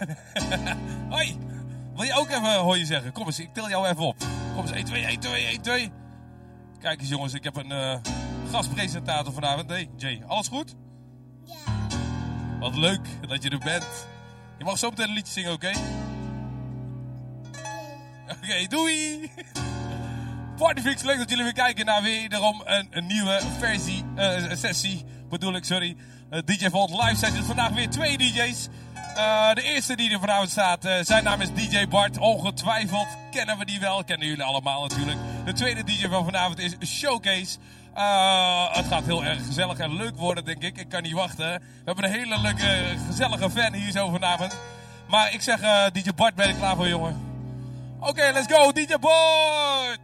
Hoi. Wil je ook even hoi zeggen? Kom eens, ik tel jou even op. Kom eens, 1, 2, 1, 2, 1, 2. Kijk eens jongens, ik heb een gastpresentator vanavond. Hey, Jay, alles goed? Ja. Wat leuk dat je er bent. Je mag zo meteen een liedje zingen, oké? Oké, doei! Partyfreaks, leuk dat jullie weer kijken naar wederom een nieuwe sessie. DJ Volt live session. Vandaag weer 2 DJ's. De eerste die er vanavond staat, zijn naam is DJ Bart. Ongetwijfeld kennen we die wel. Kennen jullie allemaal natuurlijk. De tweede DJ van vanavond is Showcase. Het gaat heel erg gezellig en leuk worden, denk ik. Ik kan niet wachten. We hebben een hele leuke, gezellige fan hier zo vanavond. Maar ik zeg, DJ Bart, ben je klaar voor, jongen? Oké, let's go, DJ Bart!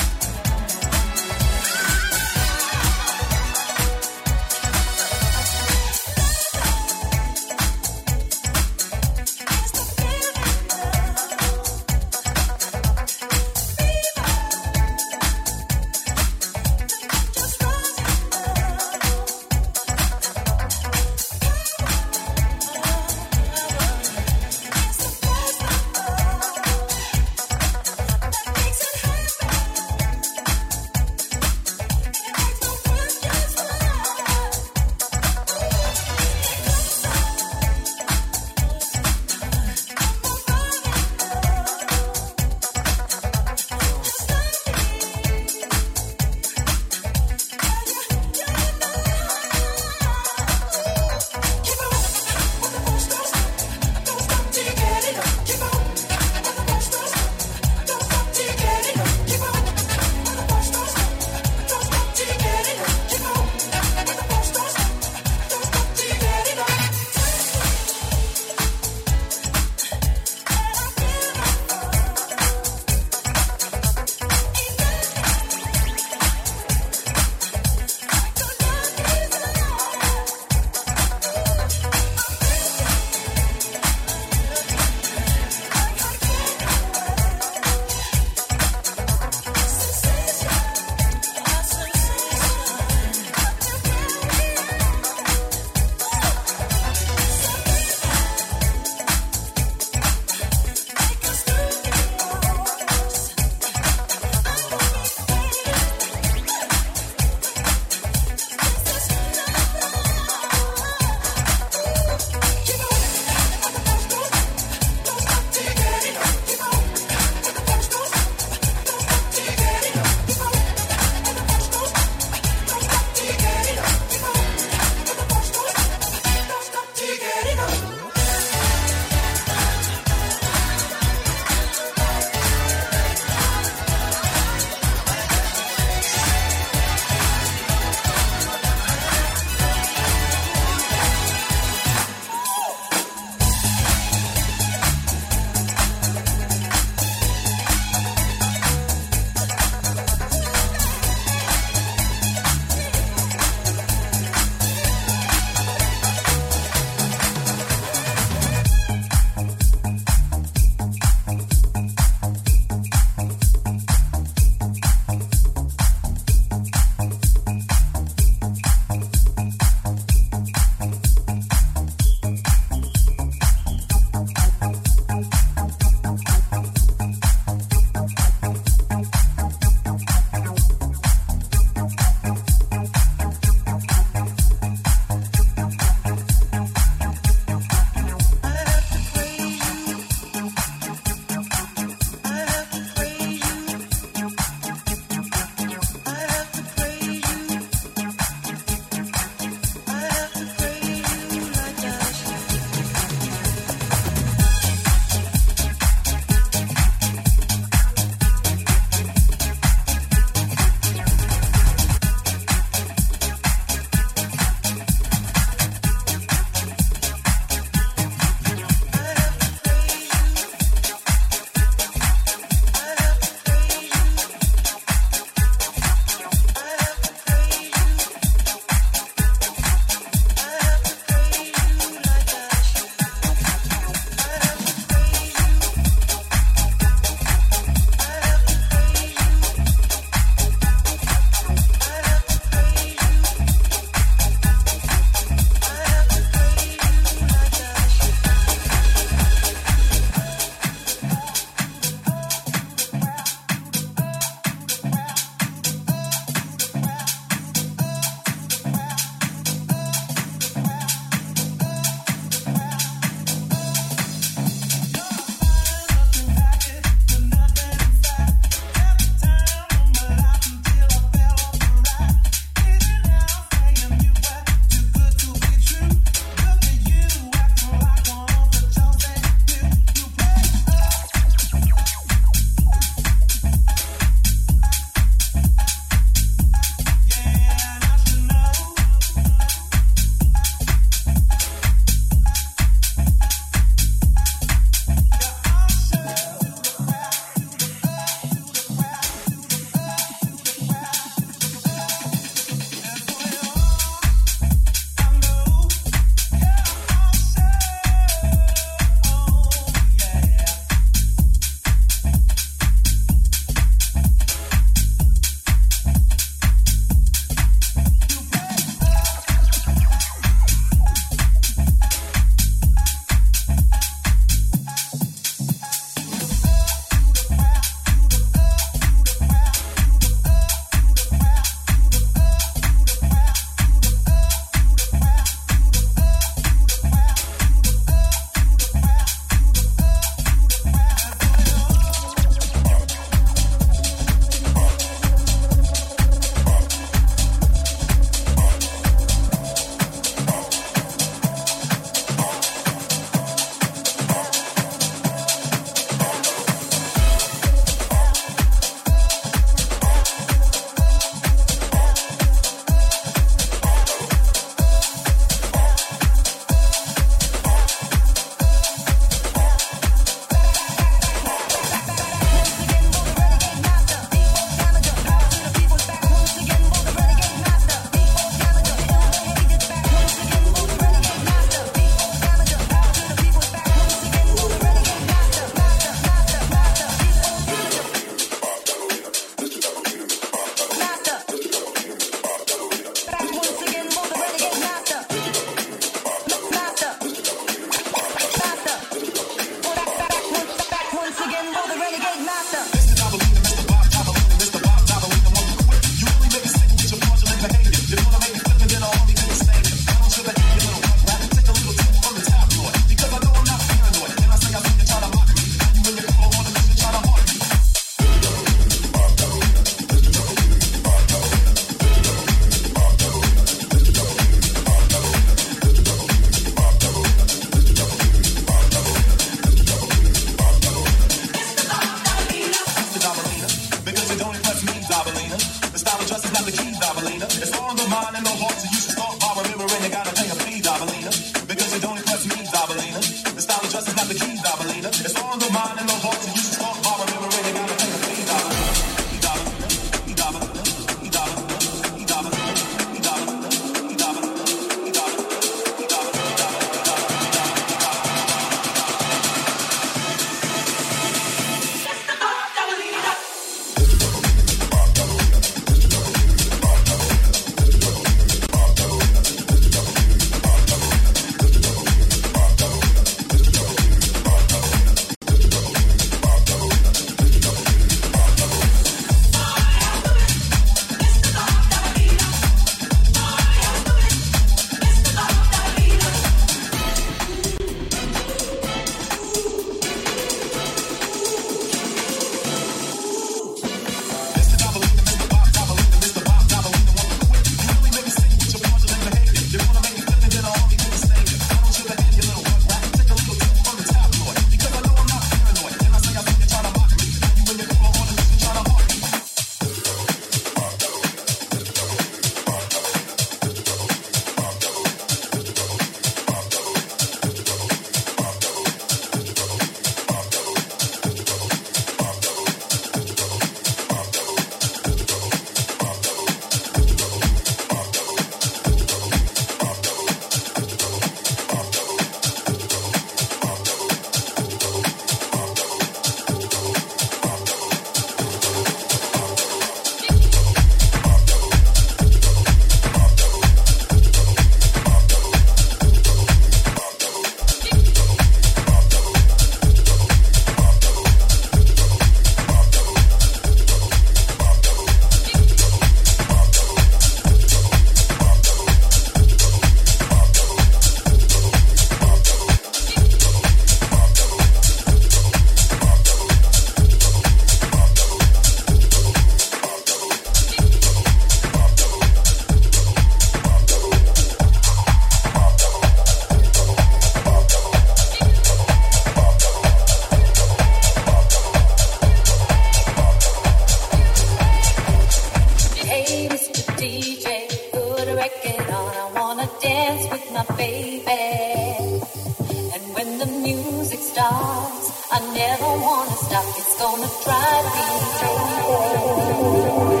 baby. And when the music starts, I never wanna stop. It's gonna drive me crazy.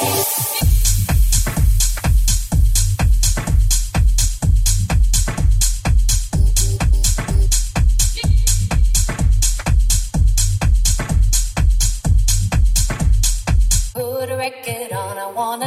Record on, I wanna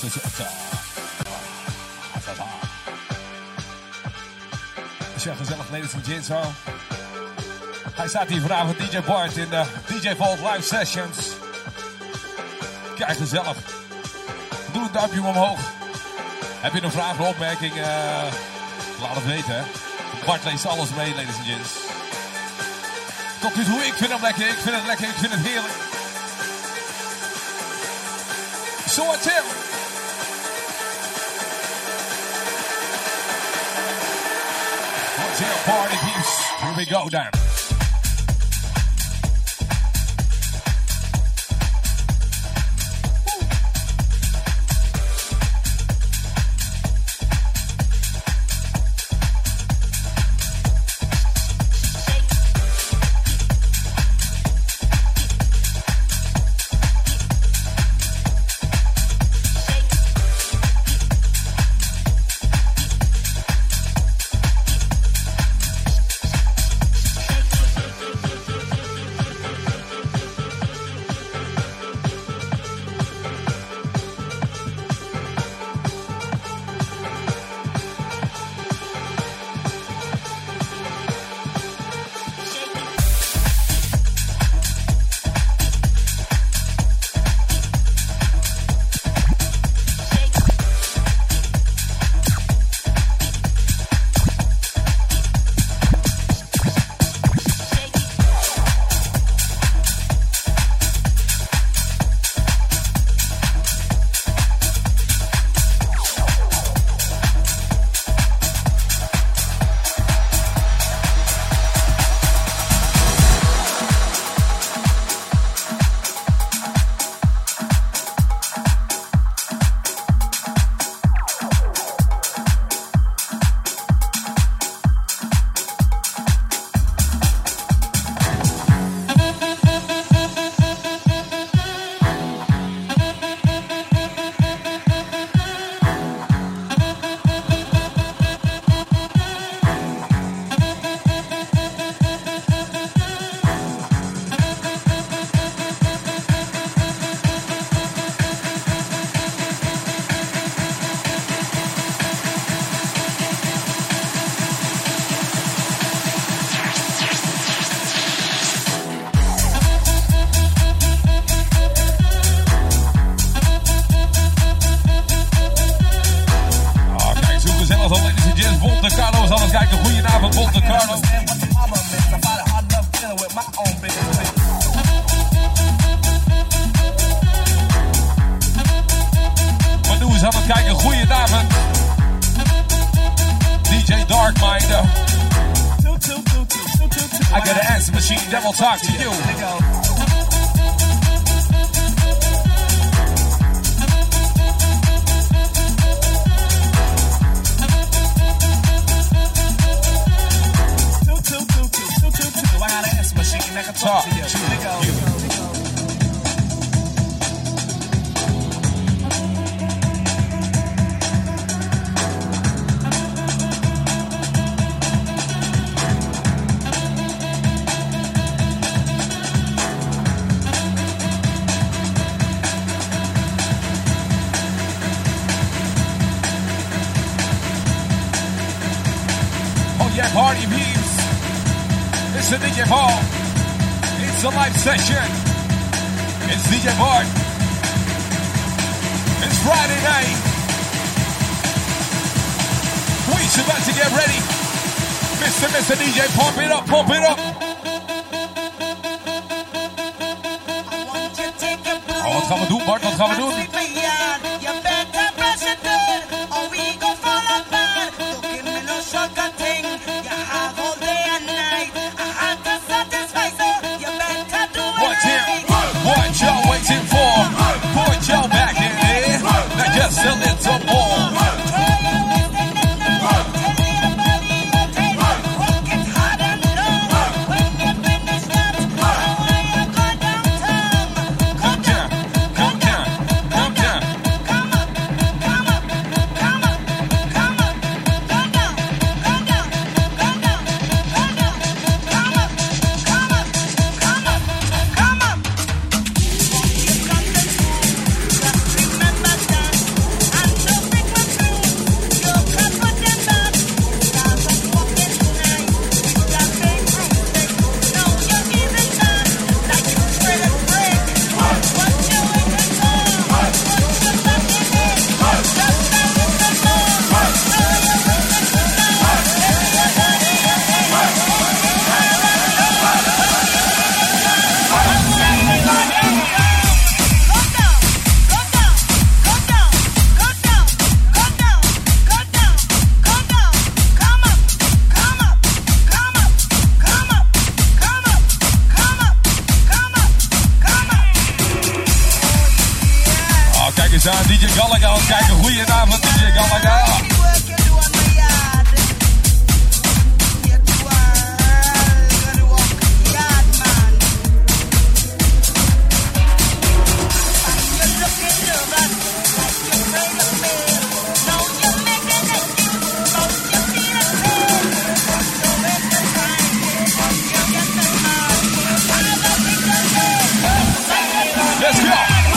Ja, gezellig, ladies and gents. Hoor. Hij staat hier vanavond, DJ Bart, in de DJ Vault Live Sessions. Kijk, gezellig. Doe een duimpje omhoog. Heb je een vraag of opmerking? Laat het weten, hè. Bart leest alles mee, ladies and gents. Tot nu toe, ik vind hem lekker, ik vind het lekker, ik vind het heerlijk. Zo het heel. Party peeps, here we go down. Talk to you. Talk to you. Party peeps, it's the DJ Paul, it's a live session, it's DJ Bart, it's Friday night, we're about to get ready, Mr. DJ, pump it up, pump it up. Oh, wat gaan we doen, Bart, wat gaan we doen? Just a little more. Come down, come down, come down. Is daar DJ Gallagher aan het kijken? Goedenavond, DJ Gallagher. Let's go!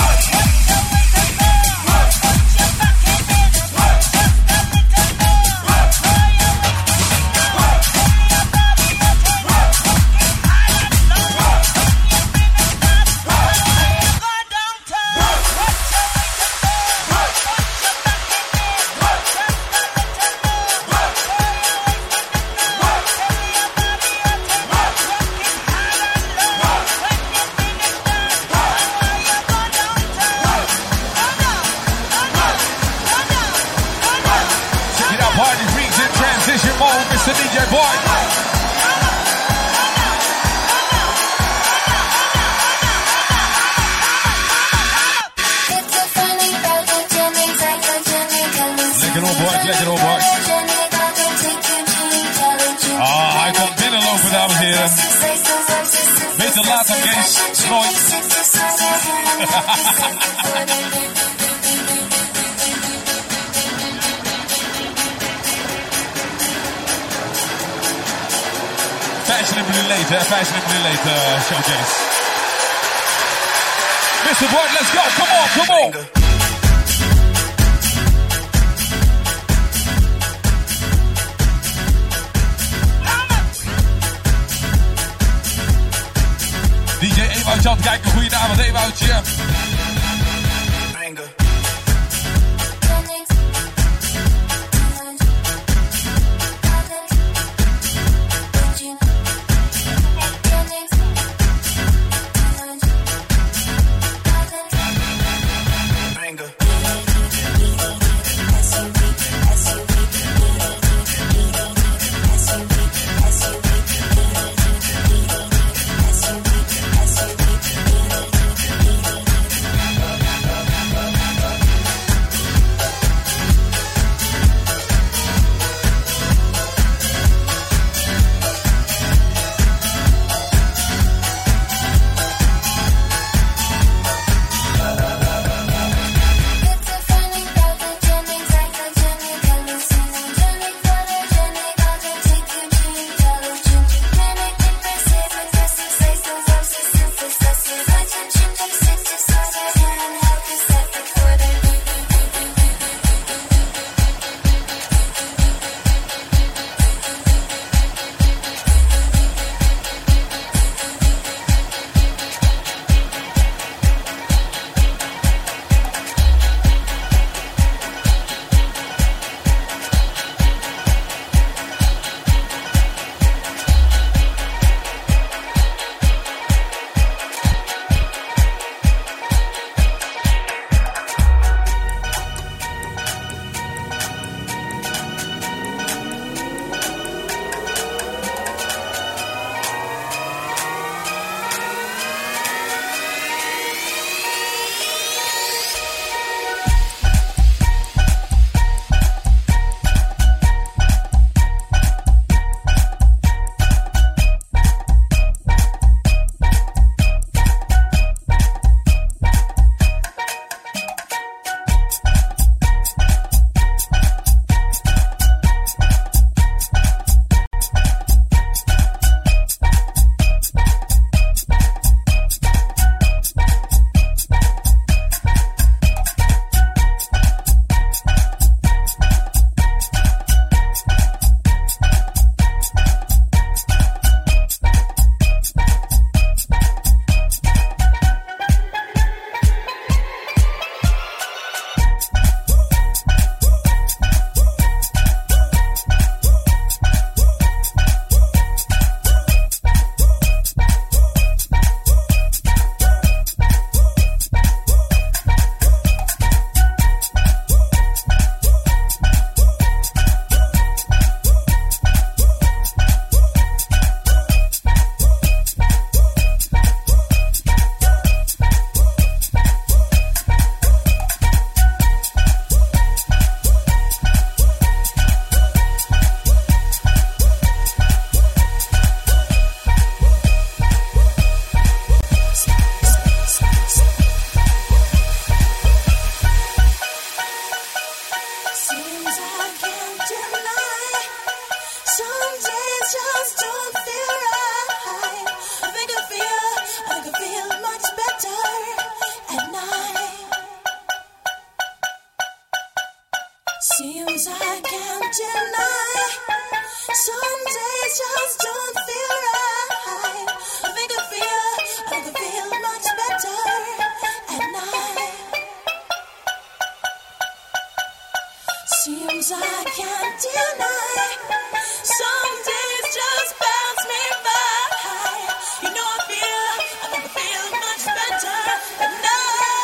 Party freaks in transition mode, Mr. DJ Boy. Lekker op, boys, lekker op, boys. Ah, hij komt binnenlopen, dames en heren. Beter laat dan Kees, nooit. Fashionably late, fashionably late, showcase. Mr. Boyd, let's go, come on, come on. DJ Ewoutje aan het kijken, goedenavond Ewoutje. deny. Some days just don't feel right. I think I could feel much better at night. Seems I can't deny. Some days just pass me by. You know I think I feel much better at night.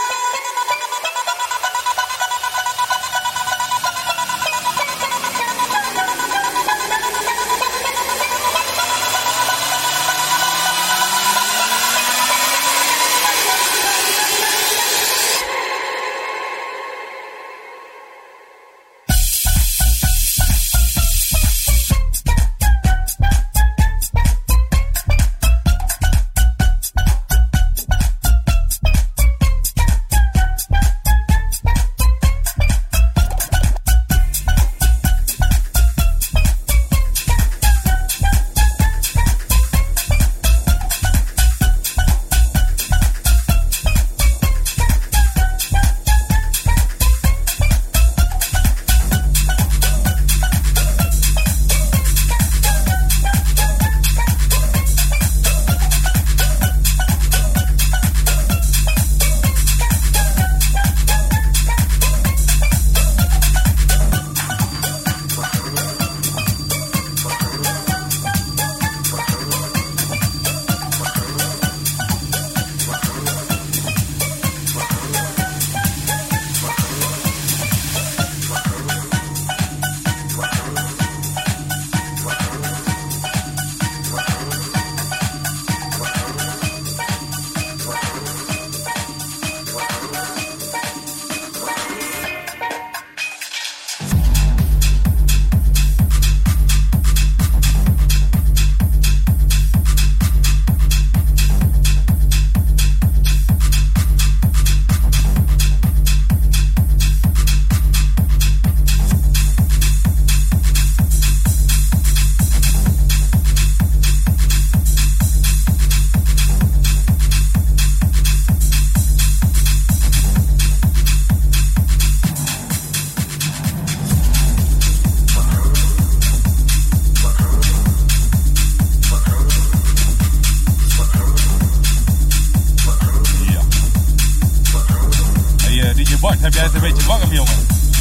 Bart, heb jij het een beetje warm, jongen?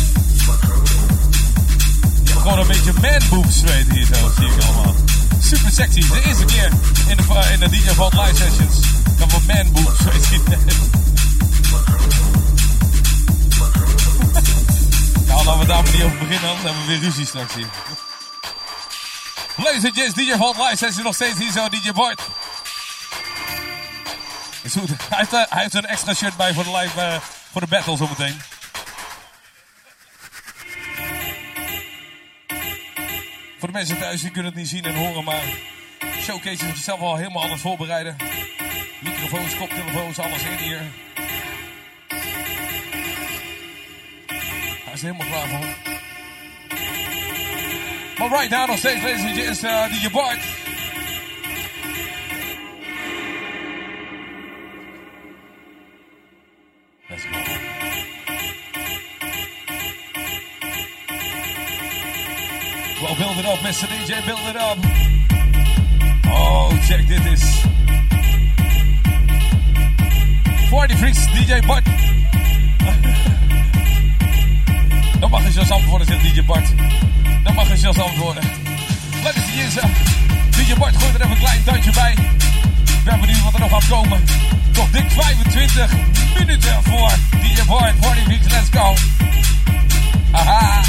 Je hebt gewoon een beetje man-boobs zweten hier zo, zie ik allemaal. Super sexy. De eerste keer in de DJ Vault live sessions dat we man-boobs zweten. Nou, laten we daar maar niet over beginnen, anders hebben we weer ruzie straks hier. Ladies and gents, DJ Vault live session nog steeds hier zo, DJ Bart. Is goed. Hij heeft een extra shirt bij voor de live, voor de battle zometeen. Voor de mensen thuis, die kunnen het niet zien en horen, maar Showcase is zichzelf al helemaal aan het voorbereiden. Microfoons, koptelefoons, alles in hier. Hij is er helemaal klaar voor. Maar right now nog steeds, ladies and gents, DJ Bart. Let's go. Well, build it up, Mr. DJ, build it up. Oh, check this. Party Freaks, DJ Bart. Dan mag je zelfs antwoorden, zegt DJ Bart. Dan mag je zelfs antwoorden. Ladies and gents, DJ Bart gooit er even een klein duitje bij. Ik ben benieuwd wat er nog gaat komen. Toch dik 25 minuten voor DJ Bart. Party Freaks, let's go. Haha.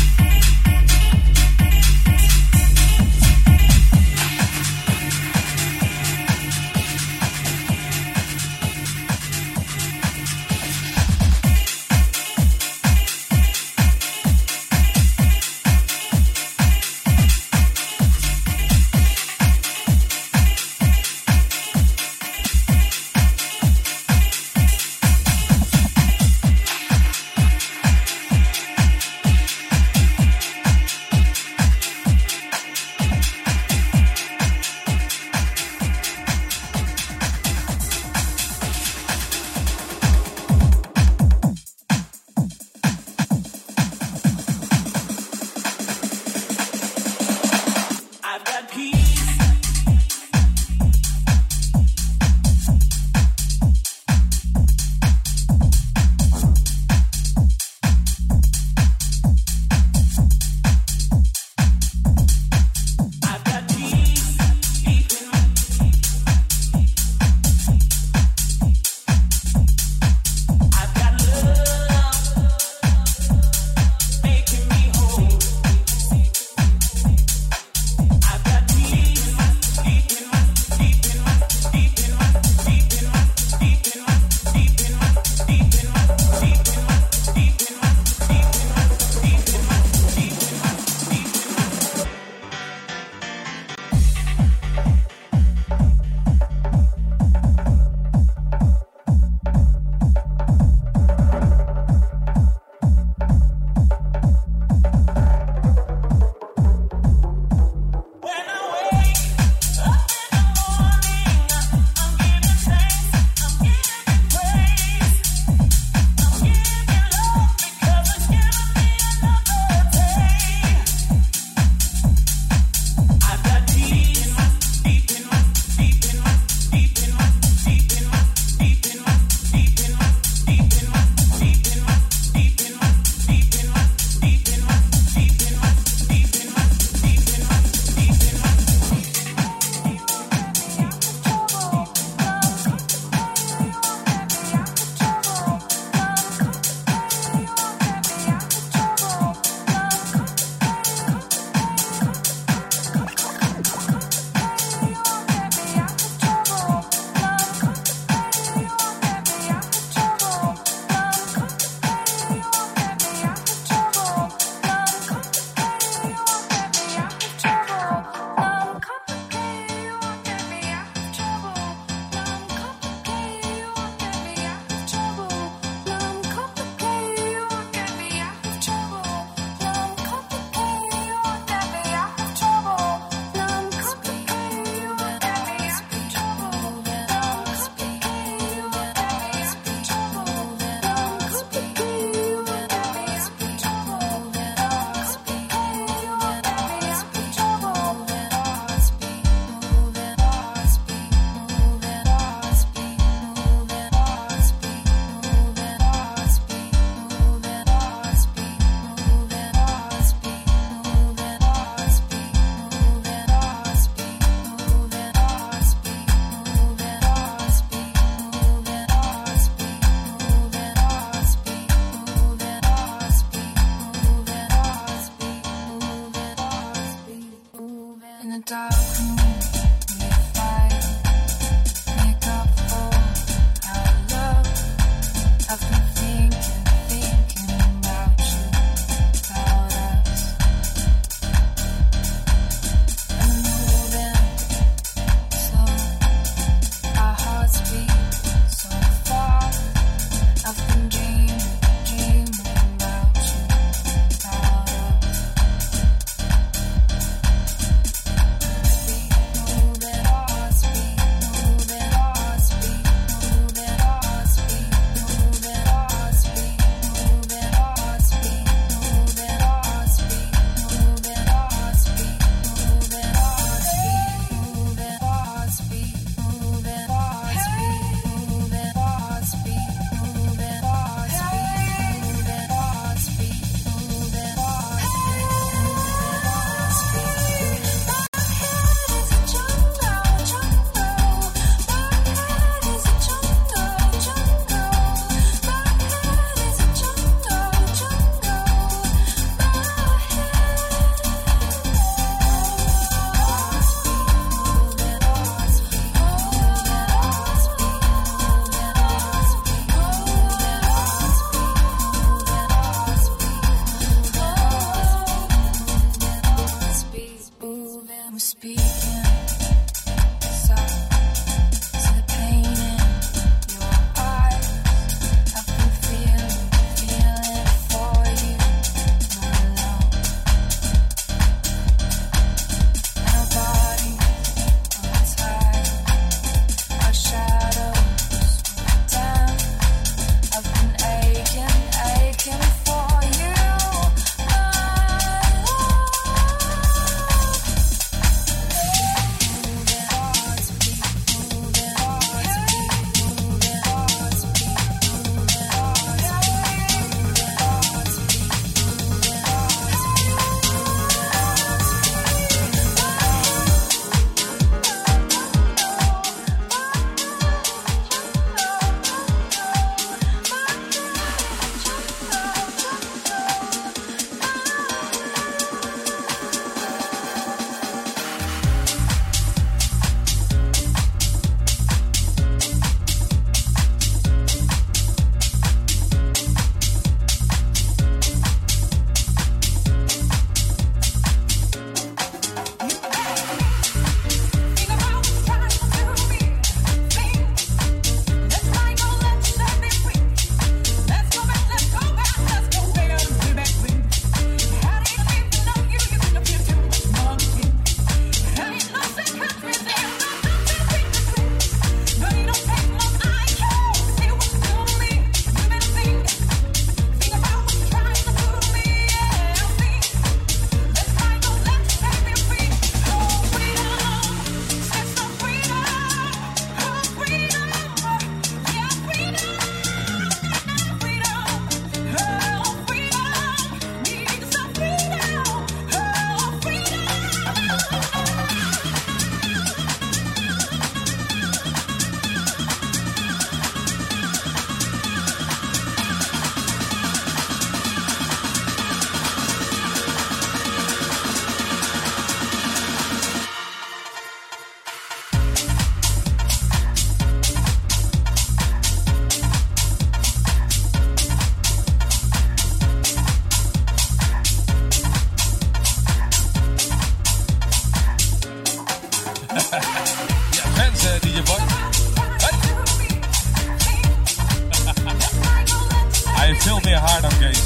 veel meer haar dan Kees.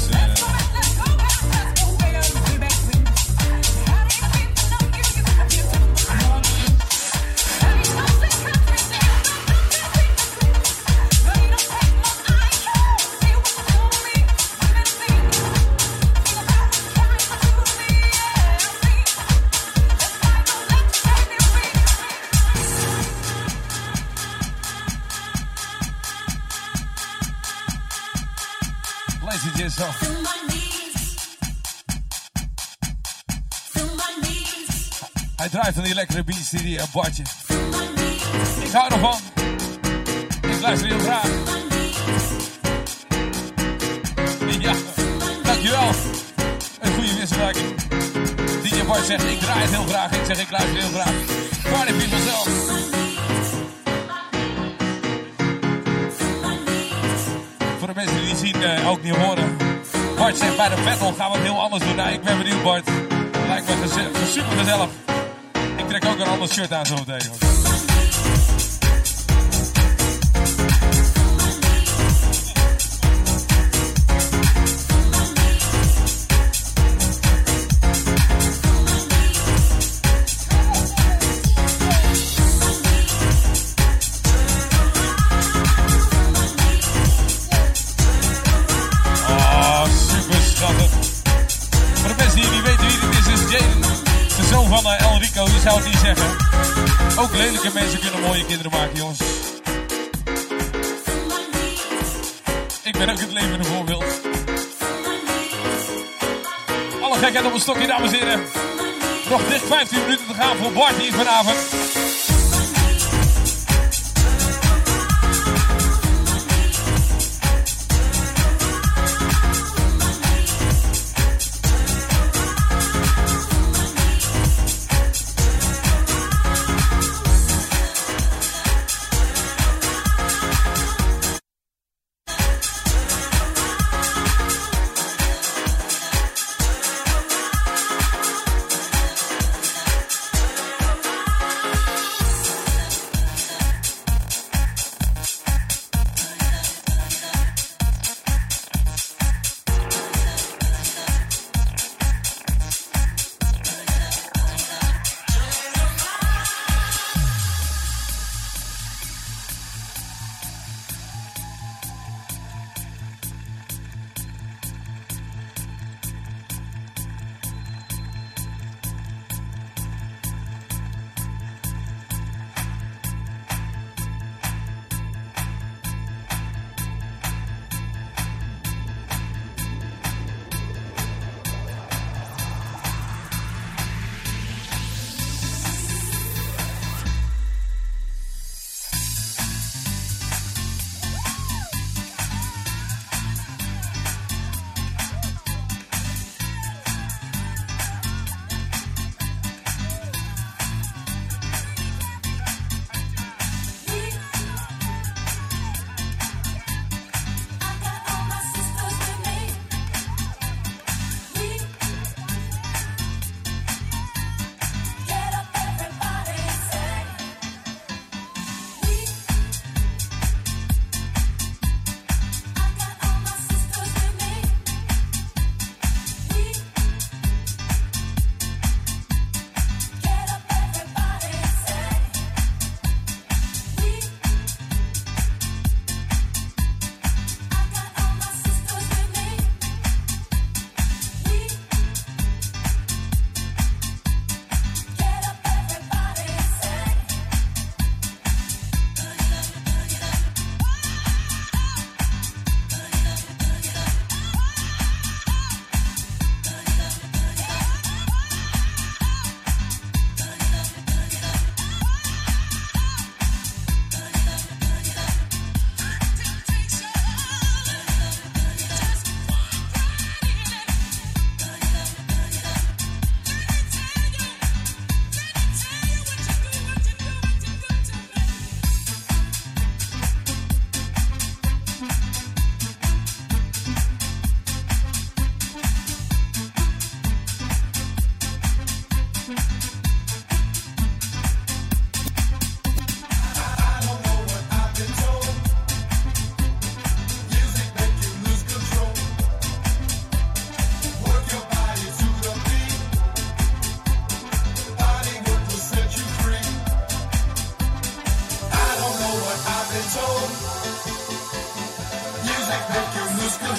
Hij draait van die lekkere beats die Bartje. Ik hou ervan. Ik luister heel graag. Ja, dankjewel. Een goede wisselwerking. DJ Bart zegt ik draai het heel graag. Ik zeg ik luister heel graag. Party people zelf. Voor de mensen die zien ook niet horen. Bart zegt bij de battle gaan we het heel anders doen. Nou, ik ben benieuwd Bart. Lijkt me super gezellig. Ik trek ook een ander shirt aan zo meteen. Je zou het niet zeggen. Ook lelijke mensen kunnen mooie kinderen maken, jongens. Ik ben ook het levende voorbeeld. Alle gekheid op een stokje, dames en heren. Nog dicht 15 minuten te gaan voor Bart hier vanavond.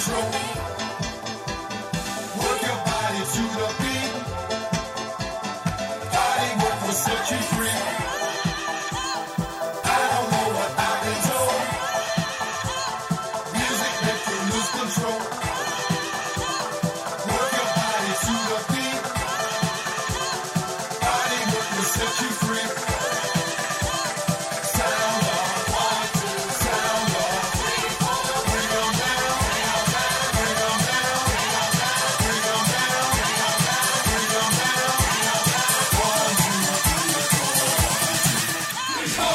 control. Work your body to the beat. Body work will set you free. I don't know what I've been told. Music makes you lose control. Work your body to the beat. Body work will set you free. Sound off, 1, 2, sound off. Bring 'em down, bring 'em down, bring 'em down, bring 'em down, bring 'em down, bring 'em down, bring 'em down. 1, 2, 3, 4.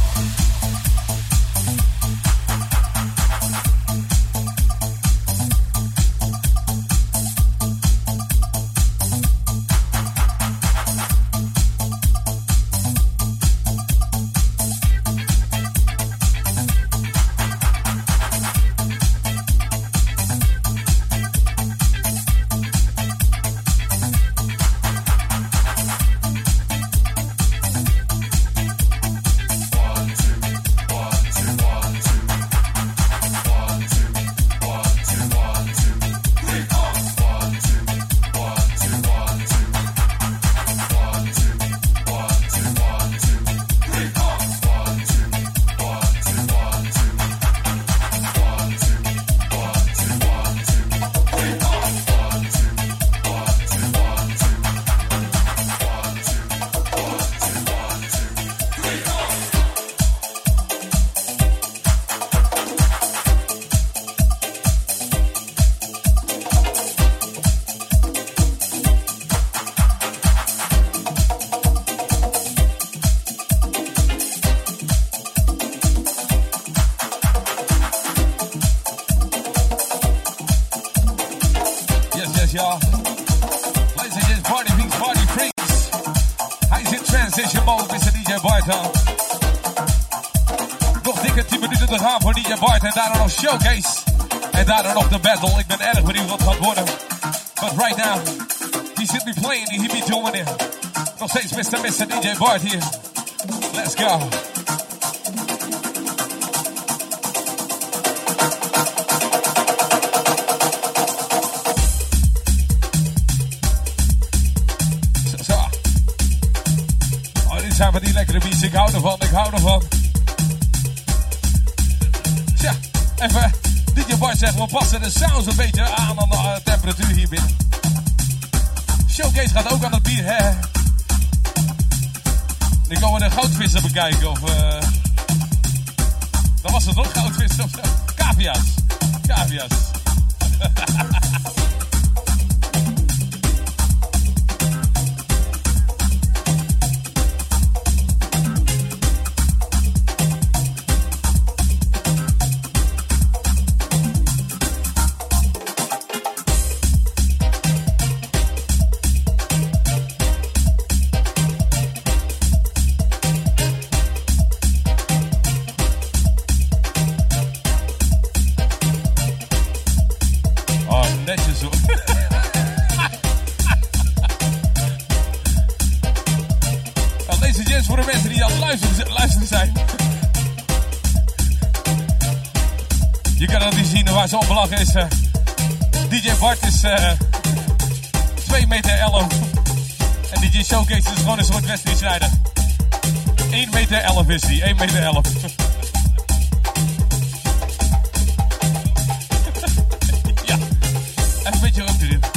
Yes, y'all. Ladies and gents, party peeps, party freaks. Hij is in transition mode, Mr. DJ Bart. Nog dikke 10 minuten te gaan voor DJ Bart. En daarna nog showcase. En daarna nog de battle. Ik ben erg benieuwd wat het gaat worden. But right now, he should be playing, he be doing it. Nog steeds Mr. DJ Bart hier. Let's go. Zijn we die lekkere beats, ik hou ervan, ik hou ervan. Tja, even DJ Bart zeggen, we passen de sounds een beetje aan de temperatuur hier binnen. Showcase gaat ook aan het bier, hè. Nu komen we de goudvissen bekijken, of... Dan was het nog goudvissen of zo. Cavia's. Cavia's. Netjes hoor. Nou, deze jazz voor de mensen die aan het luisteren zijn. Je kan het niet zien waar ze op lachen is. DJ Bart is 2,11 meter. En DJ Showcase is gewoon een soort Wesley Sneijder. 1,11 meter is hij. 1,11 meter. Even een beetje op te doen.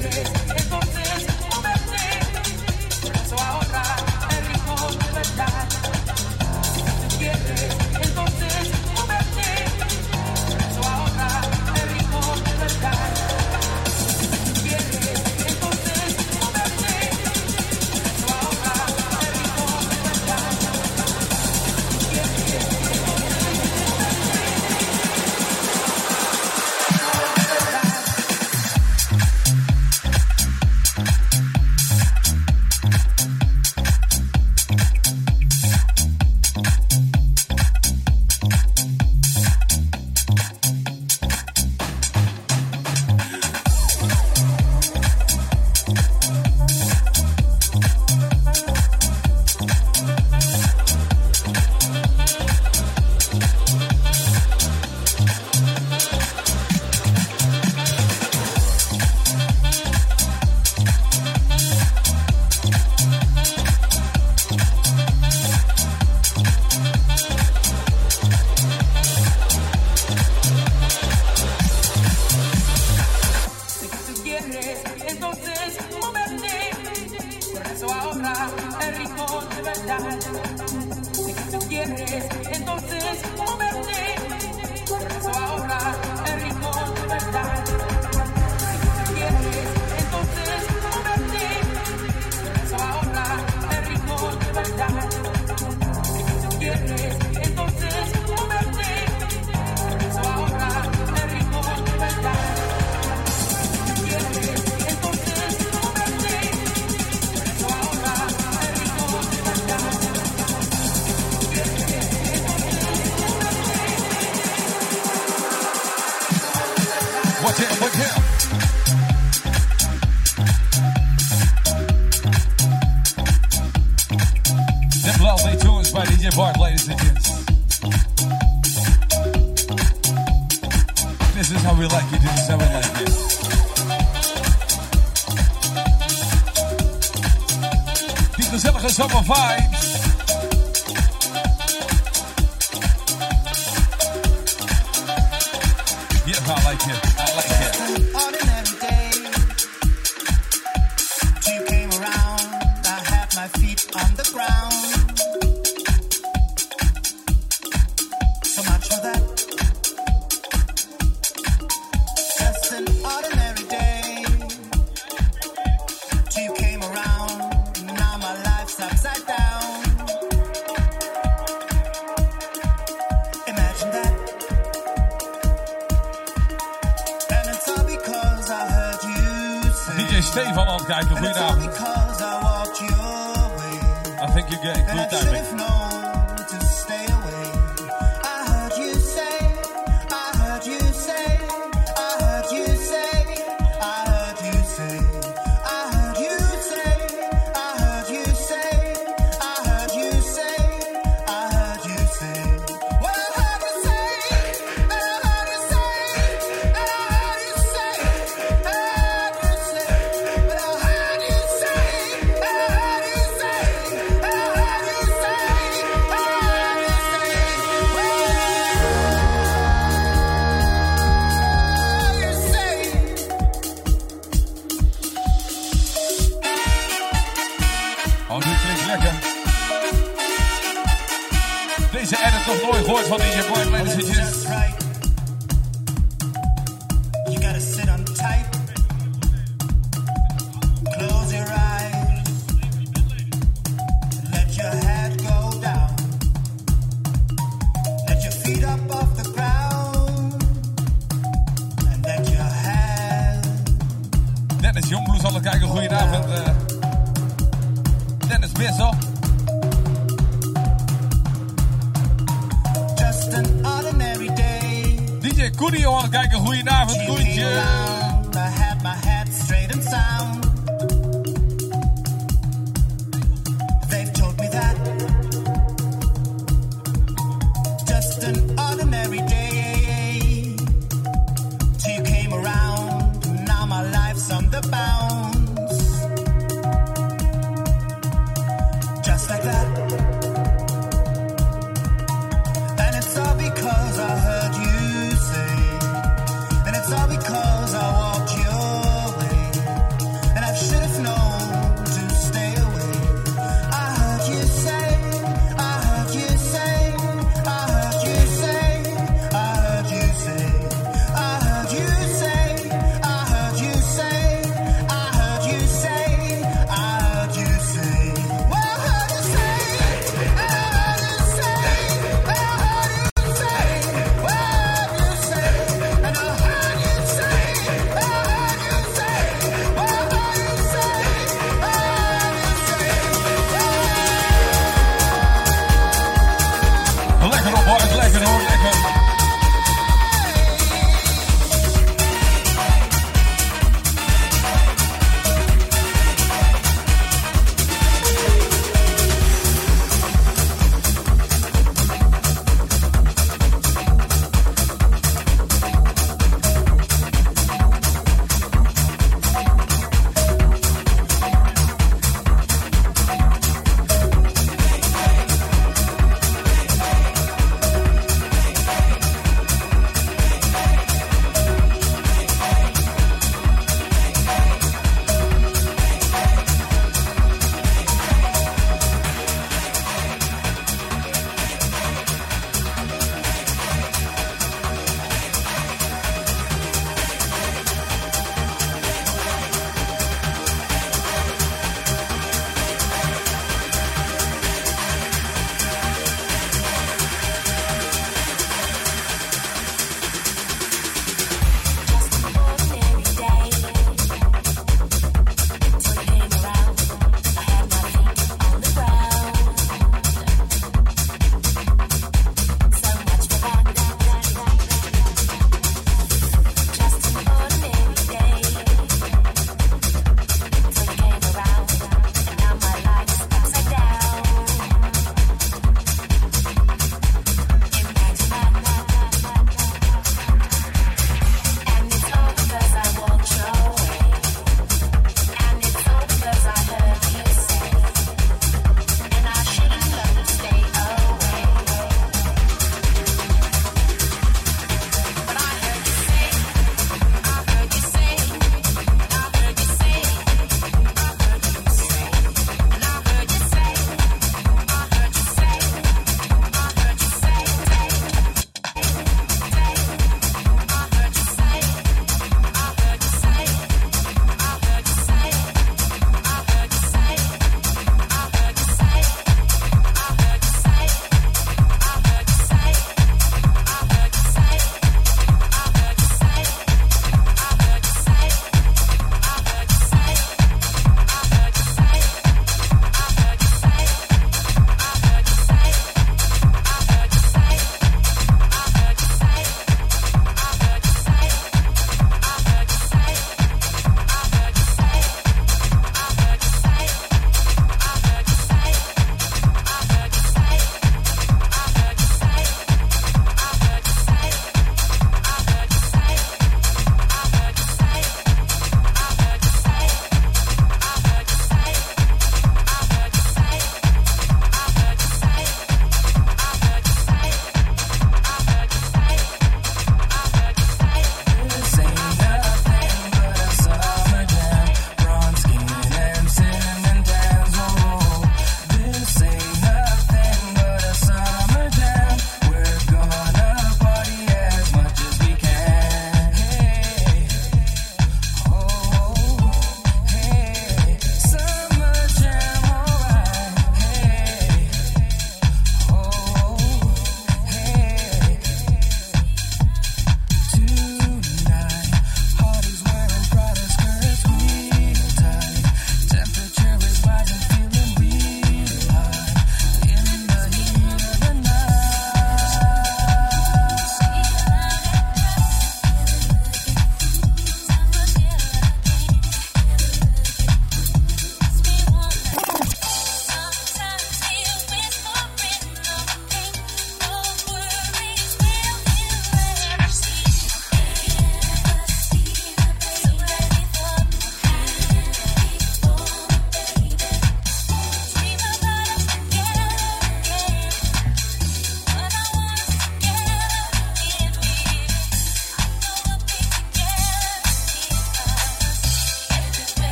It's all because I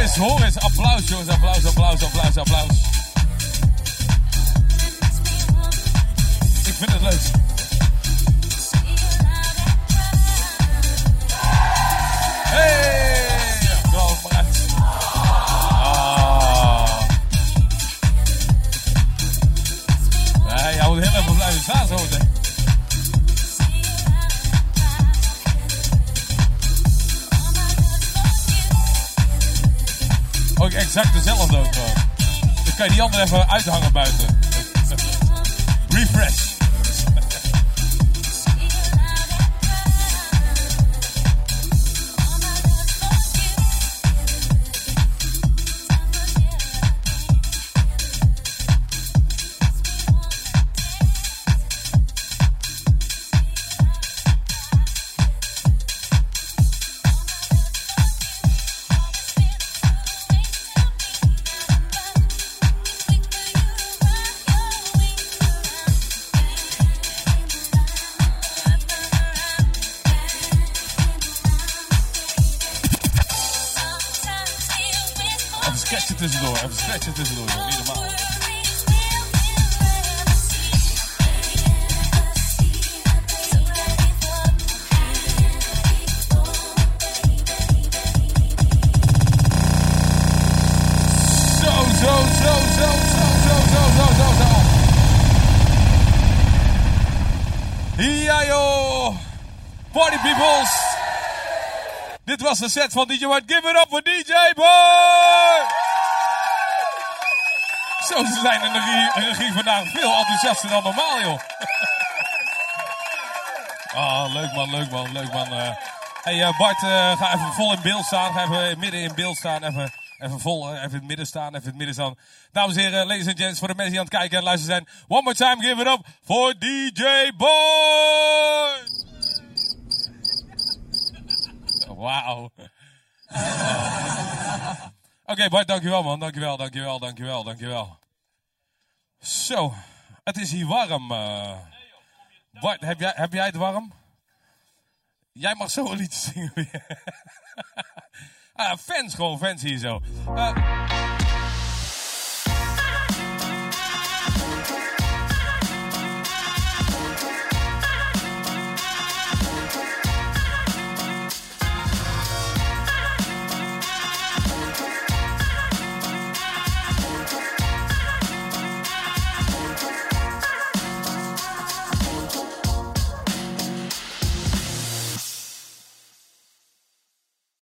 hoor eens. Applaus, jongens. Applaus. Ik vind het leuk. Hey! Kom maar uit. Oh. Nee, jij moet heel even blijven staan zo meteen. Ook exact dezelfde ook gewoon. Dan kan je die andere even uithangen buiten. Refresh. Even scratchen tussendoor, joh. Niet normaal. Zo. Ja joh. Party peoples. Dit was de set van DJ White. Give it up for DJ Boy. Zo, ze zijn in de regie vandaag veel enthousiaster dan normaal, joh. Oh, leuk man. Hey Bart, ga even vol in beeld staan. Ga even midden in beeld staan. Even in het midden staan. Dames en heren, ladies and gents, voor de mensen die aan het kijken en luisteren zijn. One more time, give it up for DJ Boy. Wauw. Oké, Bart, dankjewel man. Dankjewel. Zo, het is hier warm. Bart, heb jij het warm? Jij mag zo een liedje zingen weer. Fans hier zo.